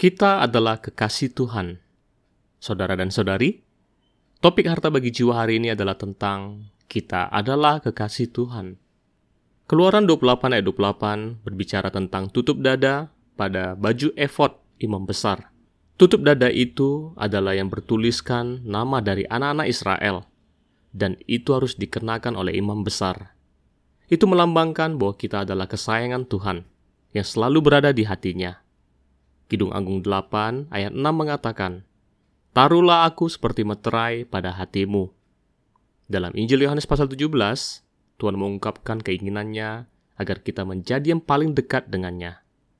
Kita adalah kekasih Tuhan. Saudara dan saudari, topik harta bagi jiwa hari ini adalah tentang kita adalah kekasih Tuhan. Keluaran 28 ayat 28 berbicara tentang tutup dada pada baju efod imam besar. Tutup dada itu adalah yang bertuliskan nama dari anak-anak Israel, dan itu harus dikenakan oleh imam besar. Itu melambangkan bahwa kita adalah kesayangan Tuhan yang selalu berada di hatinya. Kidung Agung 8 ayat 6 mengatakan, "Taruhlah aku seperti meterai pada hatimu." Dalam Injil Yohanes pasal 17, Tuhan mengungkapkan keinginannya agar kita menjadi yang paling dekat dengannya.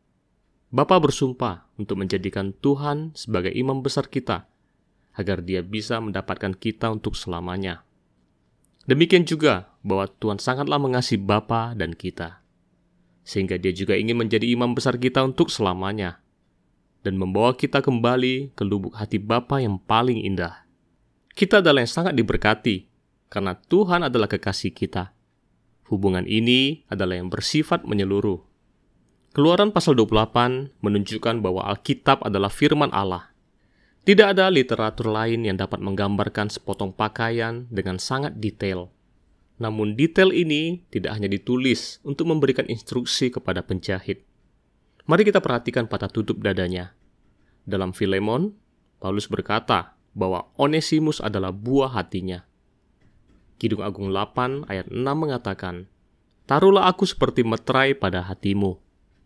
Bapa bersumpah untuk menjadikan Tuhan sebagai imam besar kita, agar Dia bisa mendapatkan kita untuk selamanya. Demikian juga bahwa Tuhan sangatlah mengasihi Bapa dan kita, sehingga Dia juga ingin menjadi imam besar kita untuk selamanya, dan membawa kita kembali ke lubuk hati Bapa yang paling indah. Kita adalah yang sangat diberkati, karena Tuhan adalah kekasih kita. Hubungan ini adalah yang bersifat menyeluruh. Keluaran pasal 28 menunjukkan bahwa Alkitab adalah firman Allah. Tidak ada literatur lain yang dapat menggambarkan sepotong pakaian dengan sangat detail. Namun detail ini tidak hanya ditulis untuk memberikan instruksi kepada penjahit. Mari kita perhatikan patah tutup dadanya. Dalam Filemon, Paulus berkata bahwa Onesimus adalah buah hatinya. Kidung Agung 8 ayat 6 mengatakan, "Taruhlah aku seperti meterai pada hatimu."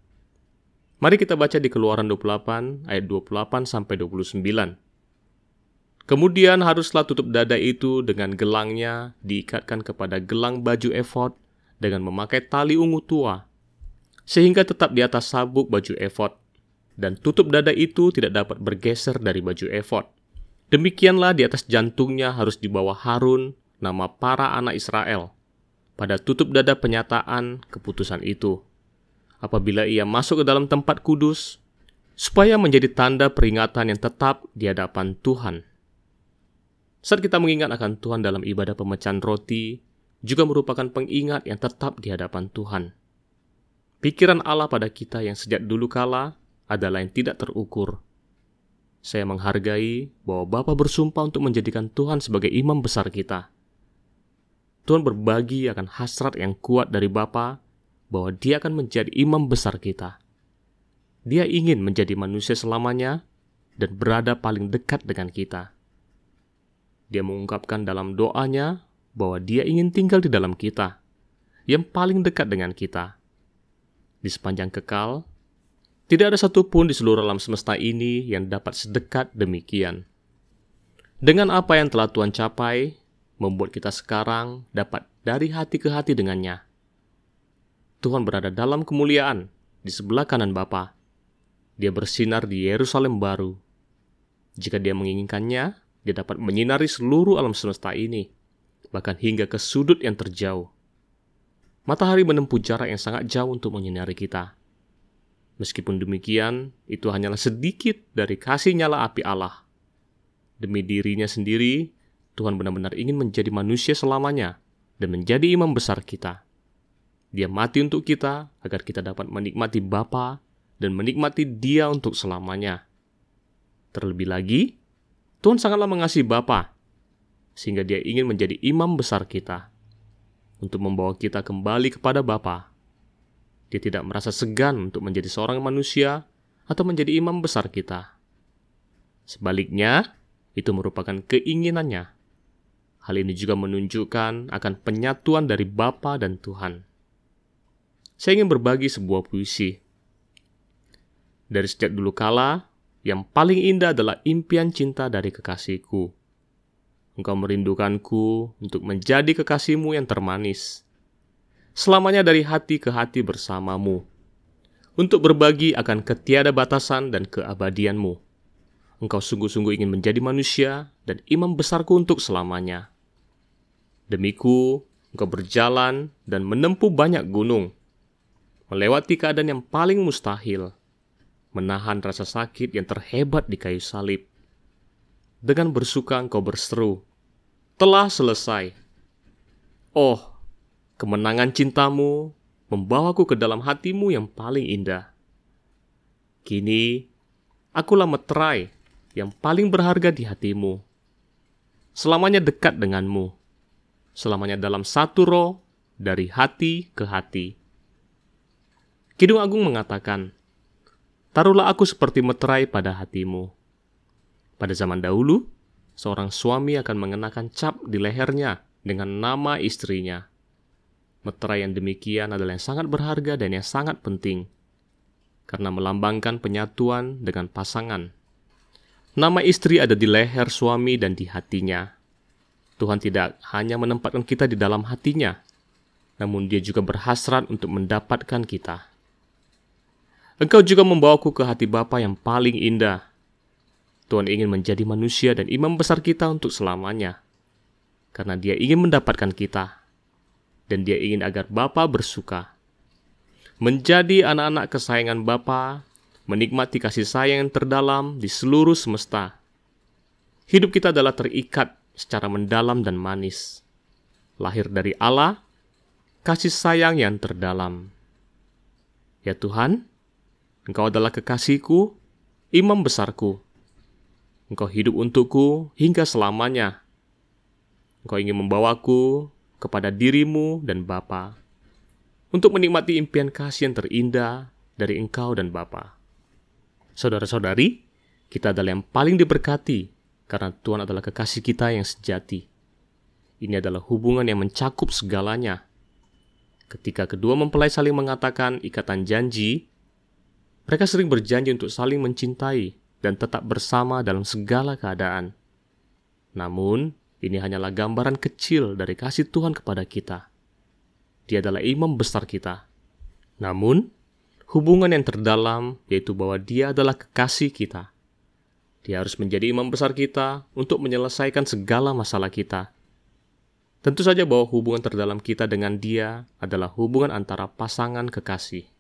Mari kita baca di Keluaran 28 ayat 28-29. "Kemudian haruslah tutup dada itu dengan gelangnya diikatkan kepada gelang baju efod dengan memakai tali ungu tua, sehingga tetap di atas sabuk baju efod, dan tutup dada itu tidak dapat bergeser dari baju efod. Demikianlah di atas jantungnya harus dibawa Harun nama para anak Israel pada tutup dada penyataan keputusan itu, apabila ia masuk ke dalam tempat kudus, supaya menjadi tanda peringatan yang tetap di hadapan Tuhan." Saat kita mengingat akan Tuhan dalam ibadah pemecahan roti, juga merupakan pengingat yang tetap di hadapan Tuhan. Pikiran Allah pada kita yang sejak dulu kala adalah yang tidak terukur. Saya menghargai bahwa Bapa bersumpah untuk menjadikan Tuhan sebagai imam besar kita. Tuhan berbagi akan hasrat yang kuat dari Bapa bahwa Dia akan menjadi imam besar kita. Dia ingin menjadi manusia selamanya dan berada paling dekat dengan kita. Dia mengungkapkan dalam doanya bahwa Dia ingin tinggal di dalam kita, yang paling dekat dengan kita. Di sepanjang kekal, tidak ada satupun di seluruh alam semesta ini yang dapat sedekat demikian. Dengan apa yang telah Tuhan capai, membuat kita sekarang dapat dari hati ke hati dengannya. Tuhan berada dalam kemuliaan di sebelah kanan Bapa. Dia bersinar di Yerusalem baru. Jika Dia menginginkannya, Dia dapat menyinari seluruh alam semesta ini, bahkan hingga ke sudut yang terjauh. Matahari menempuh jarak yang sangat jauh untuk menyinari kita. Meskipun demikian, itu hanyalah sedikit dari kasih nyala api Allah. Demi dirinya sendiri, Tuhan benar-benar ingin menjadi manusia selamanya dan menjadi imam besar kita. Dia mati untuk kita agar kita dapat menikmati Bapa dan menikmati Dia untuk selamanya. Terlebih lagi, Tuhan sangatlah mengasihi Bapa, sehingga Dia ingin menjadi imam besar kita untuk membawa kita kembali kepada Bapa. Dia tidak merasa segan untuk menjadi seorang manusia atau menjadi imam besar kita. Sebaliknya, itu merupakan keinginannya. Hal ini juga menunjukkan akan penyatuan dari Bapa dan Tuhan. Saya ingin berbagi sebuah puisi. Dari sejak dulu kala, yang paling indah adalah impian cinta dari kekasihku. Engkau merindukanku untuk menjadi kekasihmu yang termanis. Selamanya dari hati ke hati bersamamu. Untuk berbagi akan ketiada batasan dan keabadianmu. Engkau sungguh-sungguh ingin menjadi manusia dan imam besarku untuk selamanya. Demiku, engkau berjalan dan menempuh banyak gunung. Melewati keadaan yang paling mustahil. Menahan rasa sakit yang terhebat di kayu salib. Dengan bersuka engkau berseru, "Telah selesai." Oh, kemenangan cintamu membawaku ke dalam hatimu yang paling indah. Kini, Akulah meterai yang paling berharga di hatimu. Selamanya dekat denganmu. Selamanya dalam satu roh, dari hati ke hati. Kidung Agung mengatakan, taruhlah aku seperti meterai pada hatimu. Pada zaman dahulu, seorang suami akan mengenakan cap di lehernya dengan nama istrinya. Meterai yang demikian adalah yang sangat berharga dan yang sangat penting, karena melambangkan penyatuan dengan pasangan. Nama istri ada di leher suami dan di hatinya. Tuhan tidak hanya menempatkan kita di dalam hatinya, namun Dia juga berhasrat untuk mendapatkan kita. Engkau juga membawaku ke hati Bapa yang paling indah. Tuhan ingin menjadi manusia dan imam besar kita untuk selamanya, karena Dia ingin mendapatkan kita, dan Dia ingin agar Bapa bersuka. Menjadi anak-anak kesayangan Bapa, menikmati kasih sayang yang terdalam di seluruh semesta. Hidup kita adalah terikat secara mendalam dan manis. Lahir dari Allah, kasih sayang yang terdalam. Ya Tuhan, Engkau adalah kekasihku, imam besarku. Engkau hidup untukku hingga selamanya. Engkau ingin membawaku kepada dirimu dan Bapa, untuk menikmati impian kasih yang terindah dari Engkau dan Bapa. Saudara-saudari, kita adalah yang paling diberkati karena Tuhan adalah kekasih kita yang sejati. Ini adalah hubungan yang mencakup segalanya. Ketika kedua mempelai saling mengatakan ikatan janji, mereka sering berjanji untuk saling mencintai dan tetap bersama dalam segala keadaan. Namun, ini hanyalah gambaran kecil dari kasih Tuhan kepada kita. Dia adalah imam besar kita. Namun, hubungan yang terdalam yaitu bahwa Dia adalah kekasih kita. Dia harus menjadi imam besar kita untuk menyelesaikan segala masalah kita. Tentu saja bahwa hubungan terdalam kita dengan Dia adalah hubungan antara pasangan kekasih.